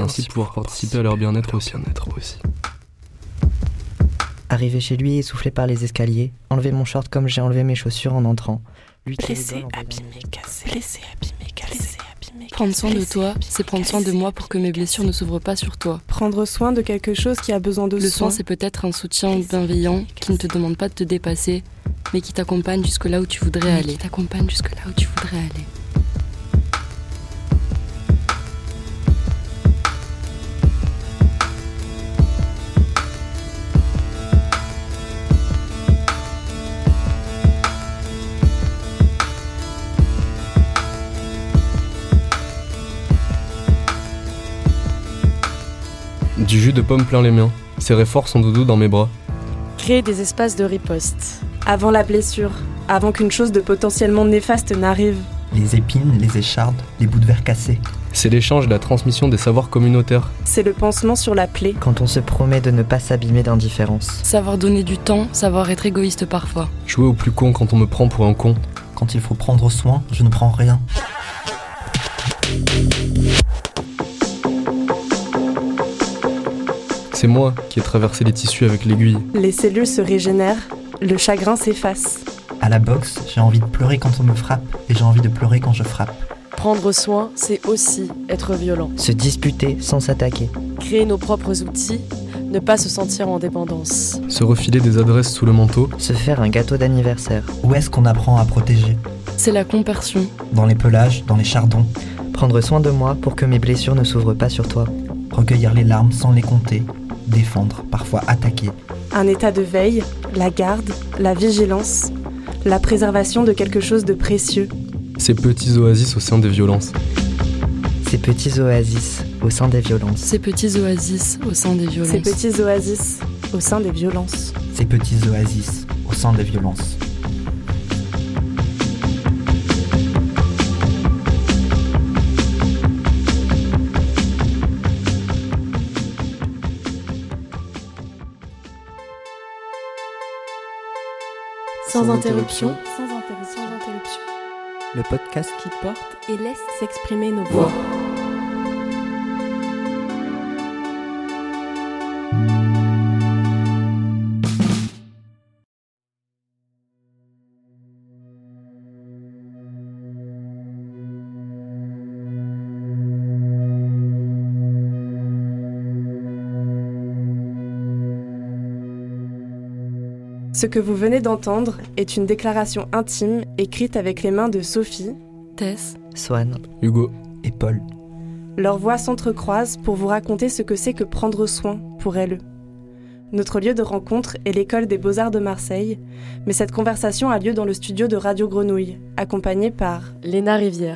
ainsi pouvoir participer à leur bien-être aussi. Arrivé chez lui, essoufflé par les escaliers, enlever mon short comme j'ai enlevé mes chaussures en entrant. Blessé, abîmé, cassé. Prendre soin de toi, c'est prendre soin de moi pour que mes blessures ne s'ouvrent pas sur toi. Prendre soin de quelque chose qui a besoin de Le soin. soin, c'est peut-être un soutien bienveillant qui ne te demande pas de te dépasser, mais qui t'accompagne jusque là où tu voudrais aller. Du jus de pomme plein les miens, serrer fort son doudou dans mes bras. Créer des espaces de riposte. Avant la blessure, avant qu'une chose de potentiellement néfaste n'arrive. Les épines, les échardes, les bouts de verre cassés. C'est l'échange et la transmission des savoirs communautaires. C'est le pansement sur la plaie. Quand on se promet de ne pas s'abîmer d'indifférence. Savoir donner du temps, savoir être égoïste parfois. Jouer au plus con quand on me prend pour un con. Quand il faut prendre soin, je ne prends rien. C'est moi qui ai traversé les tissus avec l'aiguille. Les cellules se régénèrent, le chagrin s'efface. À la boxe, j'ai envie de pleurer quand on me frappe et j'ai envie de pleurer quand je frappe. Prendre soin, c'est aussi être violent. Se disputer sans s'attaquer. Créer nos propres outils, ne pas se sentir en dépendance. Se refiler des adresses sous le manteau. Se faire un gâteau d'anniversaire. Où est-ce qu'on apprend à protéger ? C'est la compersion. Dans les pelages, dans les chardons. Prendre soin de moi pour que mes blessures ne s'ouvrent pas sur toi. Recueillir les larmes sans les compter. Défendre, parfois attaquer. Un état de veille, la garde, la vigilance, la préservation de quelque chose de précieux. Ces petits oasis au sein des violences. Ces petits oasis au sein des violences. Ces petits oasis au sein des violences. Ces petits oasis au sein des violences. Ces petits oasis au sein des violences. Sans interruption. Le podcast Qui porte et laisse s'exprimer nos voix. Ce que vous venez d'entendre est une déclaration intime écrite avec les mains de Sophie, Tess, Swan, Hugo et Paul. Leurs voix s'entrecroisent pour vous raconter ce que c'est que prendre soin pour elles. Notre lieu de rencontre est l'école des Beaux-Arts de Marseille, mais cette conversation a lieu dans le studio de Radio Grenouille, accompagnée par Léna Rivière.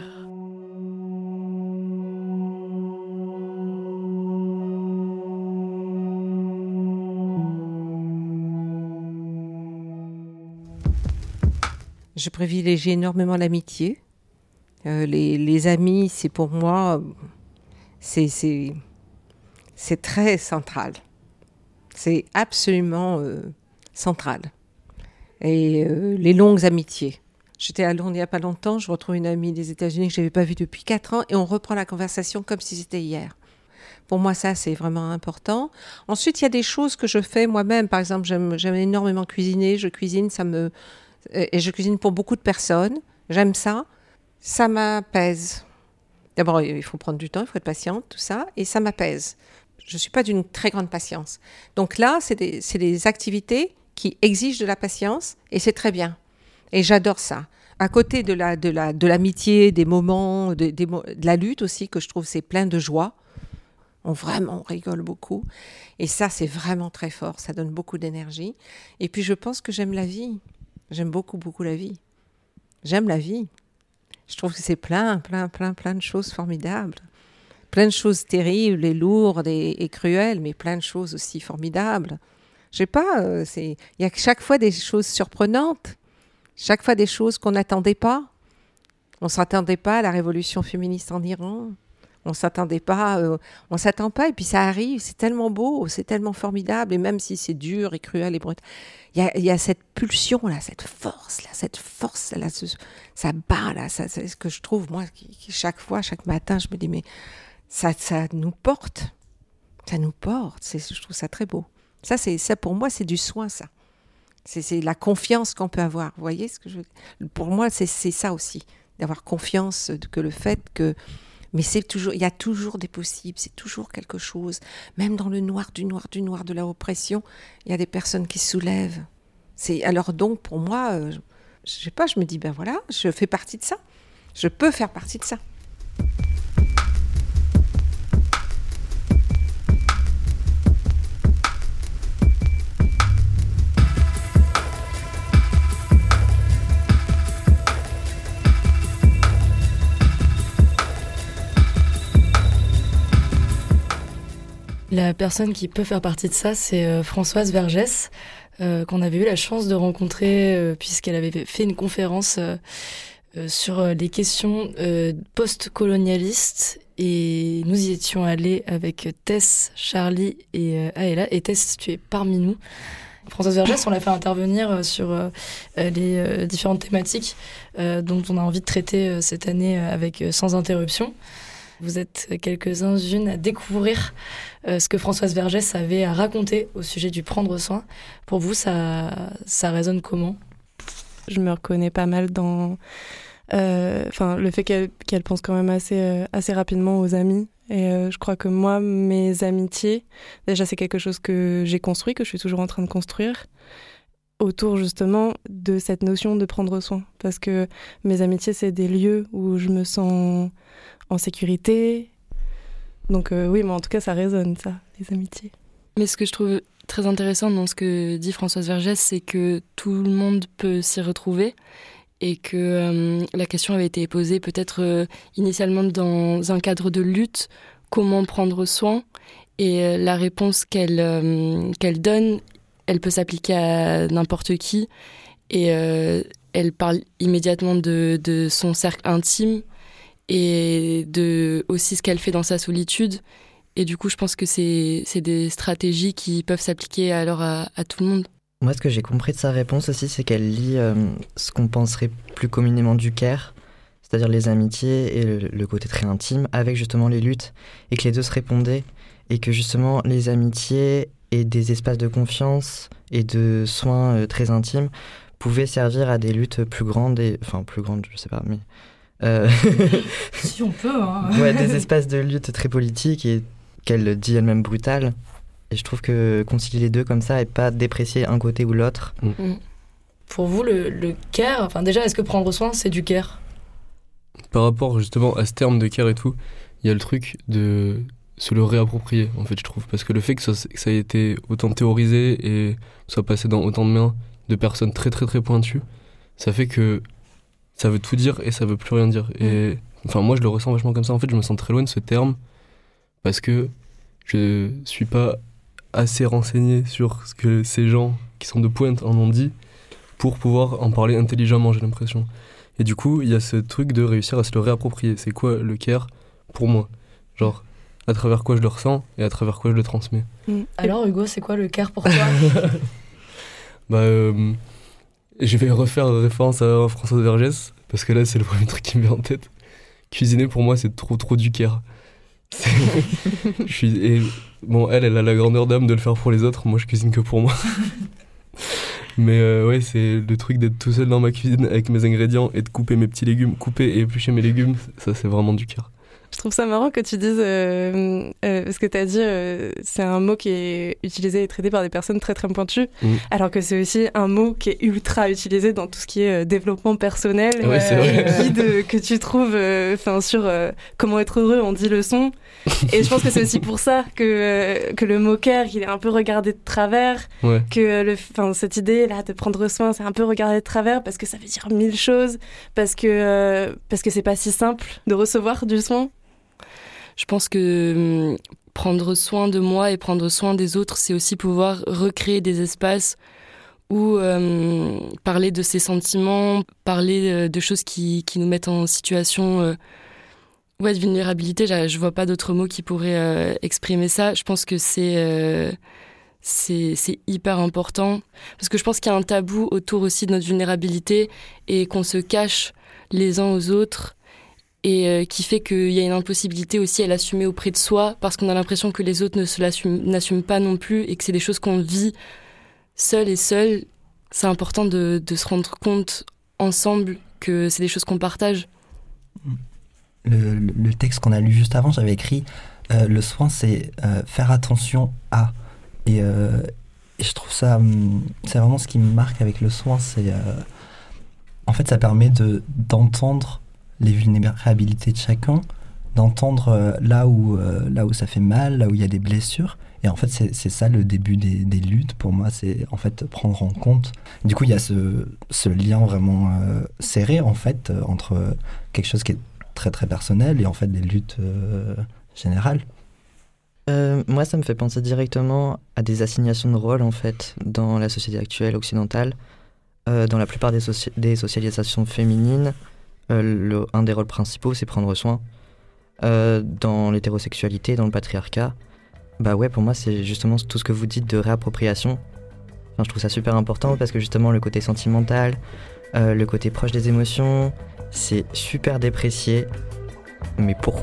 Je privilégie énormément l'amitié. Les amis, c'est pour moi, c'est très central. C'est absolument central. Et les longues amitiés. J'étais à Londres il n'y a pas longtemps, je retrouve une amie des États-Unis que je n'avais pas vue depuis 4 ans et on reprend la conversation comme si c'était hier. Pour moi, ça, c'est vraiment important. Ensuite, il y a des choses que je fais moi-même. Par exemple, j'aime énormément cuisiner. Je cuisine, et je cuisine pour beaucoup de personnes. J'aime ça. Ça m'apaise. D'abord, il faut prendre du temps, il faut être patiente, tout ça. Et ça m'apaise. Je ne suis pas d'une très grande patience. Donc là, c'est des activités qui exigent de la patience et c'est très bien. Et j'adore ça. À côté de l'amitié, des moments, de la lutte aussi, que je trouve c'est plein de joie. On rigole beaucoup. Et ça, c'est vraiment très fort. Ça donne beaucoup d'énergie. Et puis, je pense que j'aime la vie. J'aime beaucoup, beaucoup la vie. J'aime la vie. Je trouve que c'est plein de choses formidables. Plein de choses terribles et lourdes et cruelles, mais plein de choses aussi formidables. Je sais pas, il y a chaque fois des choses surprenantes. Chaque fois des choses qu'on n'attendait pas. On ne s'attendait pas à la révolution féministe en Iran. On s'attend pas et puis ça arrive, c'est tellement beau, c'est tellement formidable et même si c'est dur et cruel et brutal, il y a cette pulsion là, cette force là, ça bat là, c'est ce que je trouve moi chaque matin, je me dis mais ça nous porte. Ça nous porte. Je trouve ça très beau. Ça, pour moi, c'est du soin, ça. C'est la confiance qu'on peut avoir. Vous voyez ce que je veux dire ? Pour moi, c'est ça aussi, d'avoir confiance que le fait que... Mais il y a toujours des possibles, c'est toujours quelque chose. Même dans le noir de la oppression, il y a des personnes qui se soulèvent. Alors donc, pour moi, je sais pas, je me dis, ben voilà, je fais partie de ça. Je peux faire partie de ça. La personne qui peut faire partie de ça, c'est Françoise Vergès, qu'on avait eu la chance de rencontrer puisqu'elle avait fait une conférence sur les questions post-colonialistes. Et nous y étions allés avec Tess, Charlie et Aëla. Et Tess, tu es parmi nous. Françoise Vergès, on l'a fait intervenir sur les différentes thématiques dont on a envie de traiter cette année avec Sans Interruption. Vous êtes quelques-unes à découvrir ce que Françoise Vergès avait à raconter au sujet du prendre soin. Pour vous, ça résonne comment ? Je me reconnais pas mal dans le fait qu'elle pense quand même assez rapidement aux amis. Et je crois que moi, mes amitiés, déjà c'est quelque chose que j'ai construit, que je suis toujours en train de construire, autour justement de cette notion de prendre soin. Parce que mes amitiés, c'est des lieux où je me sens en sécurité. Donc oui, mais en tout cas, ça résonne, ça, les amitiés. Mais ce que je trouve très intéressant dans ce que dit Françoise Vergès, c'est que tout le monde peut s'y retrouver et que la question avait été posée peut-être initialement dans un cadre de lutte, comment prendre soin, et la réponse qu'elle donne, elle peut s'appliquer à n'importe qui, et elle parle immédiatement de son cercle intime et de aussi ce qu'elle fait dans sa solitude. Et du coup, je pense que c'est des stratégies qui peuvent s'appliquer alors à tout le monde. Moi, ce que j'ai compris de sa réponse aussi, c'est qu'elle lie ce qu'on penserait plus communément du care, c'est-à-dire les amitiés et le côté très intime, avec justement les luttes, et que les deux se répondaient, et que justement les amitiés et des espaces de confiance et de soins très intimes pouvaient servir à des luttes plus grandes, plus grandes, je sais pas, mais... Si on peut, hein. Ouais, des espaces de lutte très politiques et qu'elle dit elle-même brutales. Et je trouve que concilier les deux comme ça et pas déprécier un côté ou l'autre. Pour vous, le care, enfin déjà, est-ce que prendre soin, c'est du care ? Par rapport justement à ce terme de care et tout, il y a le truc de se le réapproprier, en fait, je trouve. Parce que le fait que ça ait été autant théorisé et soit passé dans autant de mains de personnes très très très pointues, ça fait que ça veut tout dire et ça veut plus rien dire. Et enfin, moi, je le ressens vachement comme ça. En fait, je me sens très loin de ce terme parce que je suis pas assez renseigné sur ce que ces gens qui sont de pointe en ont dit pour pouvoir en parler intelligemment, j'ai l'impression. Et du coup, il y a ce truc de réussir à se le réapproprier. C'est quoi le care pour moi ? Genre, à travers quoi je le ressens et à travers quoi je le transmets. Alors, Hugo, c'est quoi le care pour toi ? Je vais refaire référence à Françoise Vergès, parce que là, c'est le premier truc qui me vient en tête. Cuisiner, pour moi, c'est trop du care. Elle a la grandeur d'âme de le faire pour les autres. Moi, je cuisine que pour moi. Mais ouais, c'est le truc d'être tout seul dans ma cuisine avec mes ingrédients et de couper mes petits légumes, couper et éplucher mes légumes. Ça, c'est vraiment du care. Je trouve ça marrant que tu dises, ce que tu as dit, c'est un mot qui est utilisé et traité par des personnes très très pointues, alors que c'est aussi un mot qui est ultra utilisé dans tout ce qui est développement personnel, et guide que tu trouves sur comment être heureux en 10 leçons. Et je pense que c'est aussi pour ça que le mot care, il est un peu regardé de travers, que cette idée là de prendre soin, c'est un peu regardé de travers parce que ça veut dire 1000 choses, parce que c'est pas si simple de recevoir du soin. Je pense que prendre soin de moi et prendre soin des autres, c'est aussi pouvoir recréer des espaces où parler de ses sentiments, parler de choses qui nous mettent en situation de vulnérabilité. Je vois pas d'autres mots qui pourraient exprimer ça. Je pense que c'est hyper important parce que je pense qu'il y a un tabou autour aussi de notre vulnérabilité et qu'on se cache les uns aux autres. et qui fait qu'il y a une impossibilité aussi à l'assumer auprès de soi parce qu'on a l'impression que les autres n'assument pas non plus et que c'est des choses qu'on vit seul. C'est important de se rendre compte ensemble que c'est des choses qu'on partage. Le texte qu'on a lu juste avant, j'avais écrit le soin, c'est faire attention à. Et je trouve ça, c'est vraiment ce qui me marque avec le soin, c'est en fait ça permet d'entendre les vulnérabilités de chacun, d'entendre là où ça fait mal, là où il y a des blessures. Et en fait, c'est ça le début des luttes. Pour moi, c'est en fait prendre en compte. Du coup, il y a ce lien vraiment serré en fait entre quelque chose qui est très très personnel et en fait des luttes générales. Moi, ça me fait penser directement à des assignations de rôle en fait dans la société actuelle occidentale. Dans la plupart des socialisations féminines, un des rôles principaux, c'est prendre soin. Dans l'hétérosexualité, dans le patriarcat, bah ouais, pour moi, c'est justement tout ce que vous dites de réappropriation. Enfin, je trouve ça super important parce que justement, le côté sentimental, le côté proche des émotions, c'est super déprécié. Mais pourquoi ?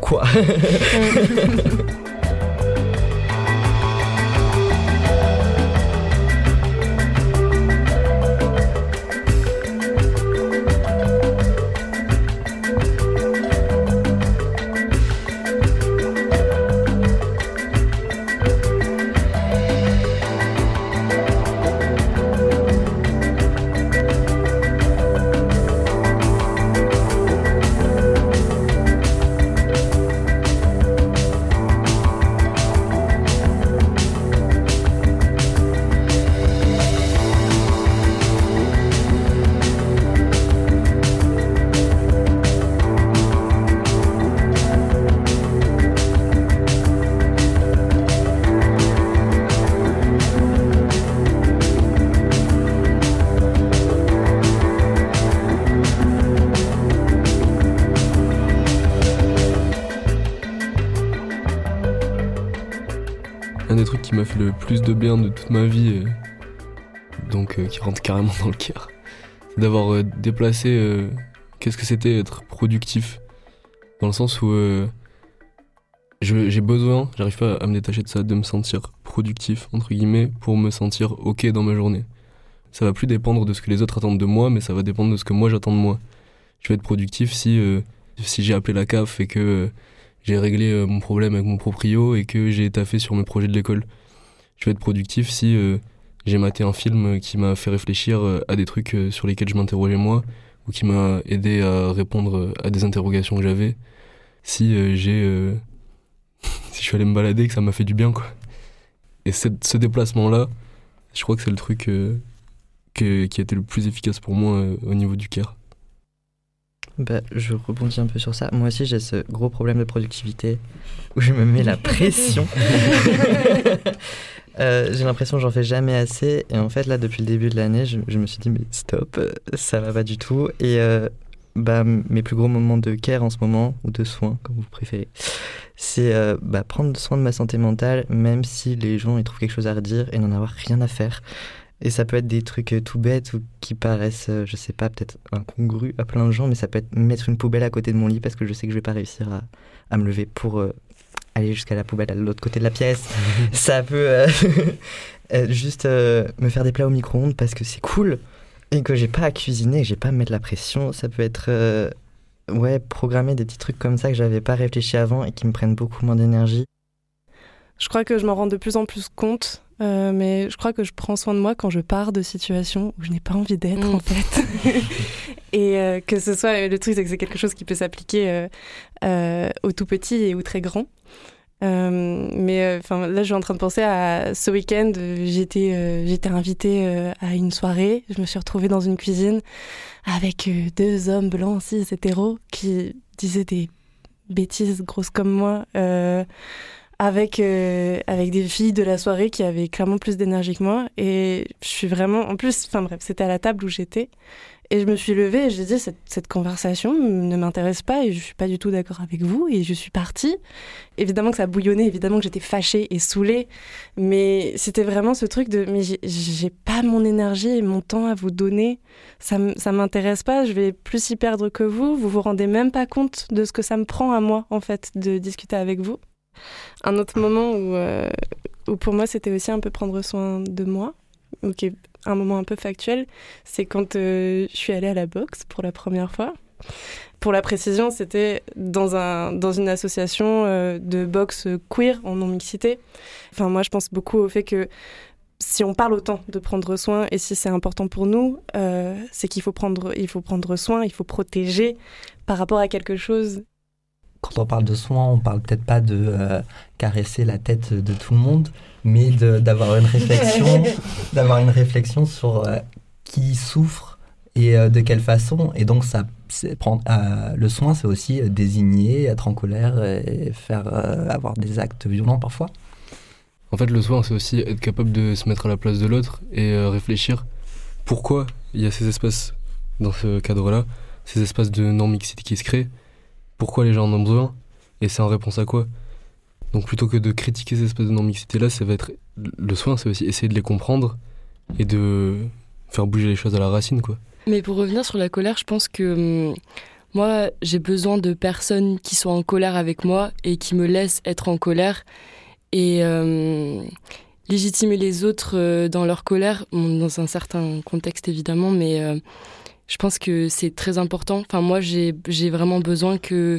Un des trucs qui m'a fait le plus de bien de toute ma vie, qui rentre carrément dans le cœur, c'est d'avoir déplacé qu'est-ce que c'était être productif. Dans le sens où j'ai besoin, j'arrive pas à me détacher de ça, de me sentir productif, entre guillemets, pour me sentir ok dans ma journée. Ça va plus dépendre de ce que les autres attendent de moi, mais ça va dépendre de ce que moi j'attends de moi. Je vais être productif si j'ai appelé la CAF et que j'ai réglé mon problème avec mon proprio et que j'ai taffé sur mes projets de l'école. Je vais être productif si j'ai maté un film qui m'a fait réfléchir à des trucs sur lesquels je m'interrogeais moi, ou qui m'a aidé à répondre à des interrogations que j'avais. Si si je suis allé me balader, que ça m'a fait du bien, quoi. Et ce déplacement-là, je crois que c'est le truc qui a été le plus efficace pour moi au niveau du care. Bah, je rebondis un peu sur ça. Moi aussi, j'ai ce gros problème de productivité où je me mets la pression. J'ai l'impression que j'en fais jamais assez. Et en fait, là, depuis le début de l'année, je me suis dit, mais stop, ça va pas du tout. Et mes plus gros moments de care en ce moment, ou de soins, comme vous préférez, c'est prendre soin de ma santé mentale, même si les gens ils trouvent quelque chose à redire et n'en avoir rien à faire. Et ça peut être des trucs tout bêtes ou qui paraissent, je sais pas, peut-être incongrus à plein de gens, mais ça peut être mettre une poubelle à côté de mon lit parce que je sais que je vais pas réussir à me lever pour aller jusqu'à la poubelle à l'autre côté de la pièce. Ça peut juste me faire des plats au micro-ondes parce que c'est cool et que j'ai pas à cuisiner, que j'ai pas à me mettre la pression. Ça peut être programmer des petits trucs comme ça que j'avais pas réfléchi avant et qui me prennent beaucoup moins d'énergie. Je crois que je m'en rends de plus en plus compte, mais je crois que je prends soin de moi quand je pars de situations où je n'ai pas envie d'être, en fait. Et que ce soit, le truc, c'est que c'est quelque chose qui peut s'appliquer aux tout petits et aux très grands. Là, je suis en train de penser à ce week-end, j'étais invitée à une soirée. Je me suis retrouvée dans une cuisine avec 2 hommes blancs, cis, hétéros, qui disaient des bêtises grosses comme moi. avec des filles de la soirée qui avaient clairement plus d'énergie que moi. Et je suis vraiment... En plus, enfin bref, c'était à la table où j'étais. Et je me suis levée et j'ai dit, cette conversation ne m'intéresse pas et je suis pas du tout d'accord avec vous. Et je suis partie. Évidemment que ça bouillonnait, évidemment que j'étais fâchée et saoulée. Mais c'était vraiment ce truc de, mais j'ai pas mon énergie et mon temps à vous donner. Ça m'intéresse pas, je vais plus y perdre que vous. Vous vous rendez même pas compte de ce que ça me prend à moi, en fait, de discuter avec vous. Un autre moment où pour moi, c'était aussi un peu prendre soin de moi, qui est un moment un peu factuel, c'est quand je suis allée à la boxe pour la première fois. Pour la précision, c'était dans une association de boxe queer en non-mixité. Enfin, moi, je pense beaucoup au fait que si on parle autant de prendre soin et si c'est important pour nous, c'est qu'il faut prendre soin, il faut protéger par rapport à quelque chose. Quand on parle de soin, on parle peut-être pas de caresser la tête de tout le monde, mais d'avoir une réflexion sur qui souffre et de quelle façon. Et donc, le soin, c'est aussi désigner, être en colère et faire avoir des actes violents parfois. En fait, le soin, c'est aussi être capable de se mettre à la place de l'autre et réfléchir pourquoi il y a ces espaces, dans ce cadre-là, ces espaces de non-mixité qui se créent, pourquoi les gens en ont besoin, et c'est en réponse à quoi. Donc plutôt que de critiquer ces espaces de non-mixité-là, ça va être le soin, c'est aussi essayer de les comprendre et de faire bouger les choses à la racine, quoi. Mais pour revenir sur la colère, je pense que moi, j'ai besoin de personnes qui soient en colère avec moi et qui me laissent être en colère. Et légitimer les autres dans leur colère, dans un certain contexte évidemment, mais je pense que c'est très important. Enfin, moi, j'ai vraiment besoin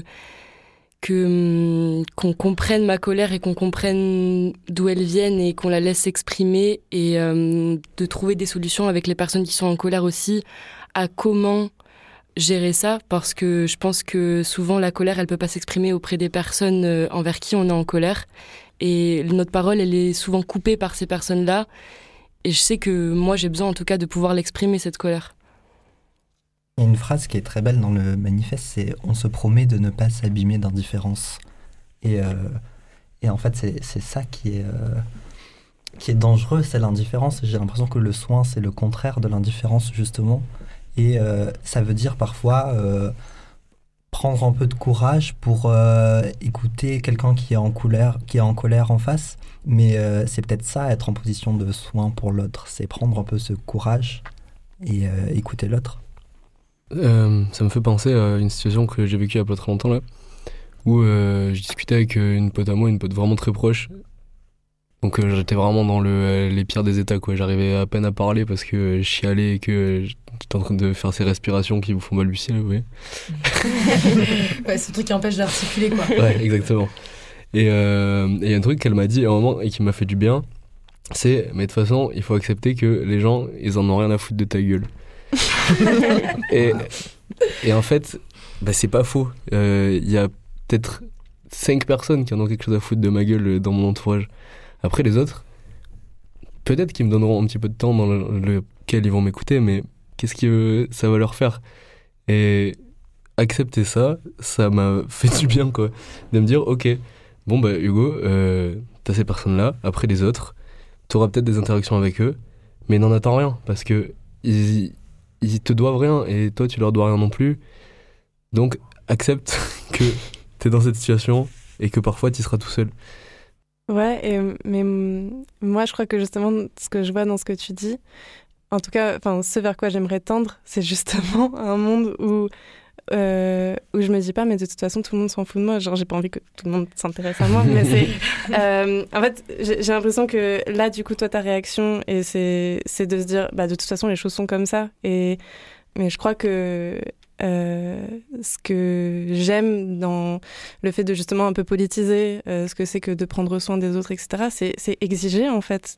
qu'on comprenne ma colère et qu'on comprenne d'où elle vient et qu'on la laisse s'exprimer et de trouver des solutions avec les personnes qui sont en colère aussi à comment gérer ça, parce que je pense que souvent la colère, elle peut pas s'exprimer auprès des personnes envers qui on est en colère. Et notre parole, elle est souvent coupée par ces personnes-là. Et je sais que moi, j'ai besoin en tout cas de pouvoir l'exprimer, cette colère. Il y a une phrase qui est très belle dans le manifeste, c'est « On se promet de ne pas s'abîmer d'indifférence ». Et en fait, c'est ça qui est dangereux, c'est l'indifférence. J'ai l'impression que le soin, c'est le contraire de l'indifférence, justement. Et ça veut dire parfois... prendre un peu de courage pour écouter quelqu'un qui est en colère en face, mais c'est peut-être ça, être en position de soin pour l'autre, c'est prendre un peu ce courage et écouter l'autre. Ça me fait penser à une situation que j'ai vécue il y a pas très longtemps là, où je discutais avec une pote à moi, une pote vraiment très proche. Donc j'étais vraiment dans les pires des états, quoi. J'arrivais à peine à parler parce que je chialais et que j'étais en train de faire ces respirations qui vous font balbutier, vous voyez. Ouais, c'est le truc qui empêche d'articuler, quoi. Ouais, exactement. Et y a un truc qu'elle m'a dit à un moment et qui m'a fait du bien, c'est, mais de toute façon, il faut accepter que les gens, ils en ont rien à foutre de ta gueule. et en fait, bah, c'est pas faux. Y a peut-être 5 personnes qui en ont quelque chose à foutre de ma gueule dans mon entourage. Après, les autres, peut-être qu'ils me donneront un petit peu de temps dans lequel ils vont m'écouter, mais qu'est-ce que ça va leur faire ? Et accepter ça m'a fait du bien, quoi. De me dire, ok, bon, bah, Hugo, t'as ces personnes-là, après les autres, t'auras peut-être des interactions avec eux, mais n'en attends rien, parce que ils te doivent rien, et toi, tu leur dois rien non plus. Donc, accepte que t'es dans cette situation, et que parfois, tu seras tout seul. Ouais, mais moi je crois que justement ce que je vois dans ce que tu dis, en tout cas, ce vers quoi j'aimerais tendre, c'est justement un monde où je me dis pas, mais de toute façon tout le monde s'en fout de moi, genre j'ai pas envie que tout le monde s'intéresse à moi, mais c'est en fait j'ai l'impression que là du coup toi ta réaction et c'est de se dire bah de toute façon les choses sont comme ça, mais je crois que ce que j'aime dans le fait de justement un peu politiser ce que c'est que de prendre soin des autres, etc., c'est exiger en fait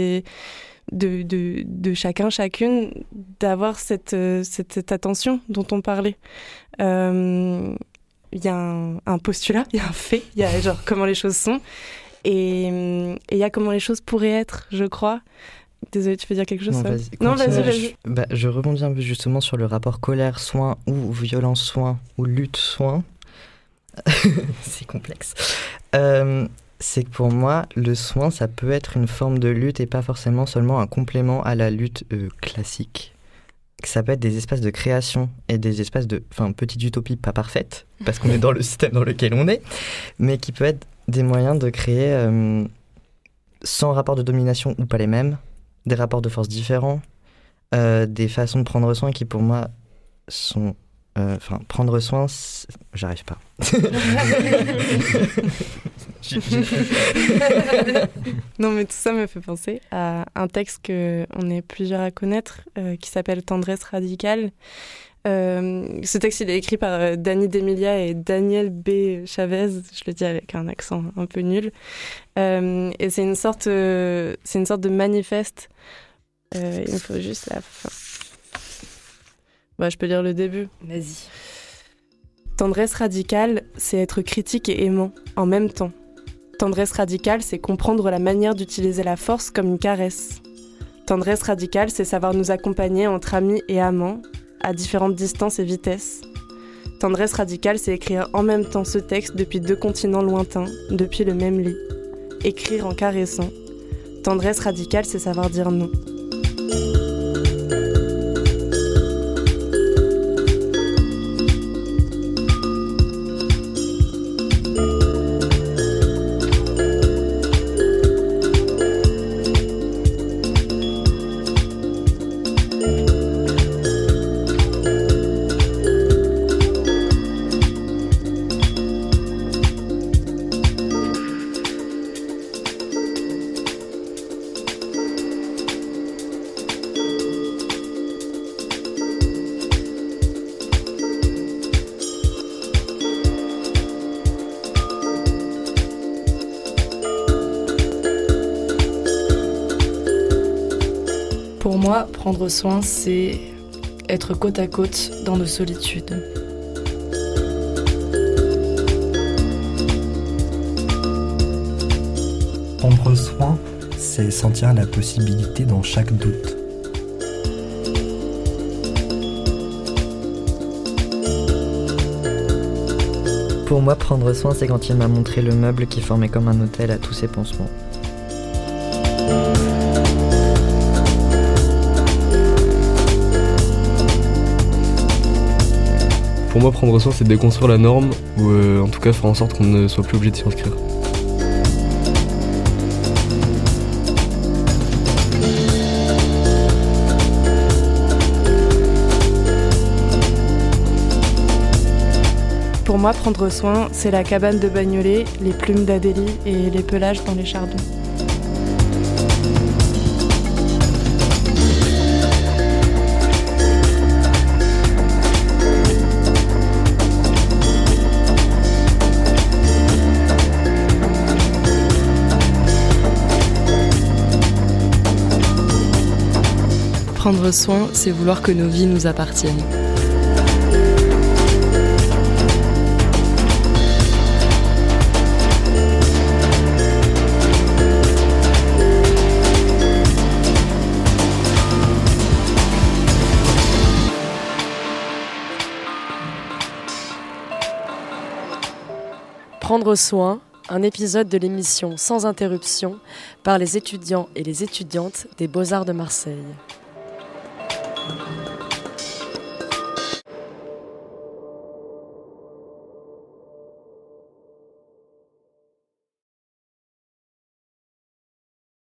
de chacune d'avoir cette attention dont on parlait. Il y a un postulat, il y a un fait, il y a genre comment les choses sont et il y a comment les choses pourraient être, je crois. Désolée, tu veux dire quelque chose? Non, vas-y. Je rebondis un peu justement sur le rapport colère-soin ou violence-soin ou lutte-soin. C'est complexe. c'est que pour moi, le soin, ça peut être une forme de lutte et pas forcément seulement un complément à la lutte classique. Ça peut être des espaces de création et des espaces de petites utopies pas parfaites, parce qu'on est dans le système dans lequel on est, mais qui peut être des moyens de créer, sans rapport de domination ou pas les mêmes, des rapports de force différents, des façons de prendre soin qui pour moi sont... prendre soin, j'arrive pas. Non, mais tout ça me fait penser à un texte qu'on est plusieurs à connaître, qui s'appelle Tendresse radicale. Ce texte, il est écrit par Dany D'Emilia et Daniel B. Chavez. Je le dis avec un accent un peu nul. Et c'est une sorte de manifeste. Il me faut juste la fin. Je peux lire le début. Vas-y. Tendresse radicale, c'est être critique et aimant en même temps. Tendresse radicale, c'est comprendre la manière d'utiliser la force comme une caresse. Tendresse radicale, c'est savoir nous accompagner entre amis et amants, à différentes distances et vitesses. Tendresse radicale, c'est écrire en même temps ce texte depuis 2 continents lointains, depuis le même lit. Écrire en caressant. Tendresse radicale, c'est savoir dire non. Pour moi, prendre soin, c'est être côte à côte dans nos solitudes. Prendre soin, c'est sentir la possibilité dans chaque doute. Pour moi, prendre soin, c'est quand il m'a montré le meuble qui formait comme un hôtel à tous ses pansements. Pour moi, prendre soin, c'est déconstruire la norme, ou en tout cas faire en sorte qu'on ne soit plus obligé de s'y inscrire. Pour moi, prendre soin, c'est la cabane de Bagnolet, les plumes d'Adélie et les pelages dans les chardons. Prendre soin, c'est vouloir que nos vies nous appartiennent. Prendre soin, un épisode de l'émission Sans interruption par les étudiants et les étudiantes des Beaux-Arts de Marseille.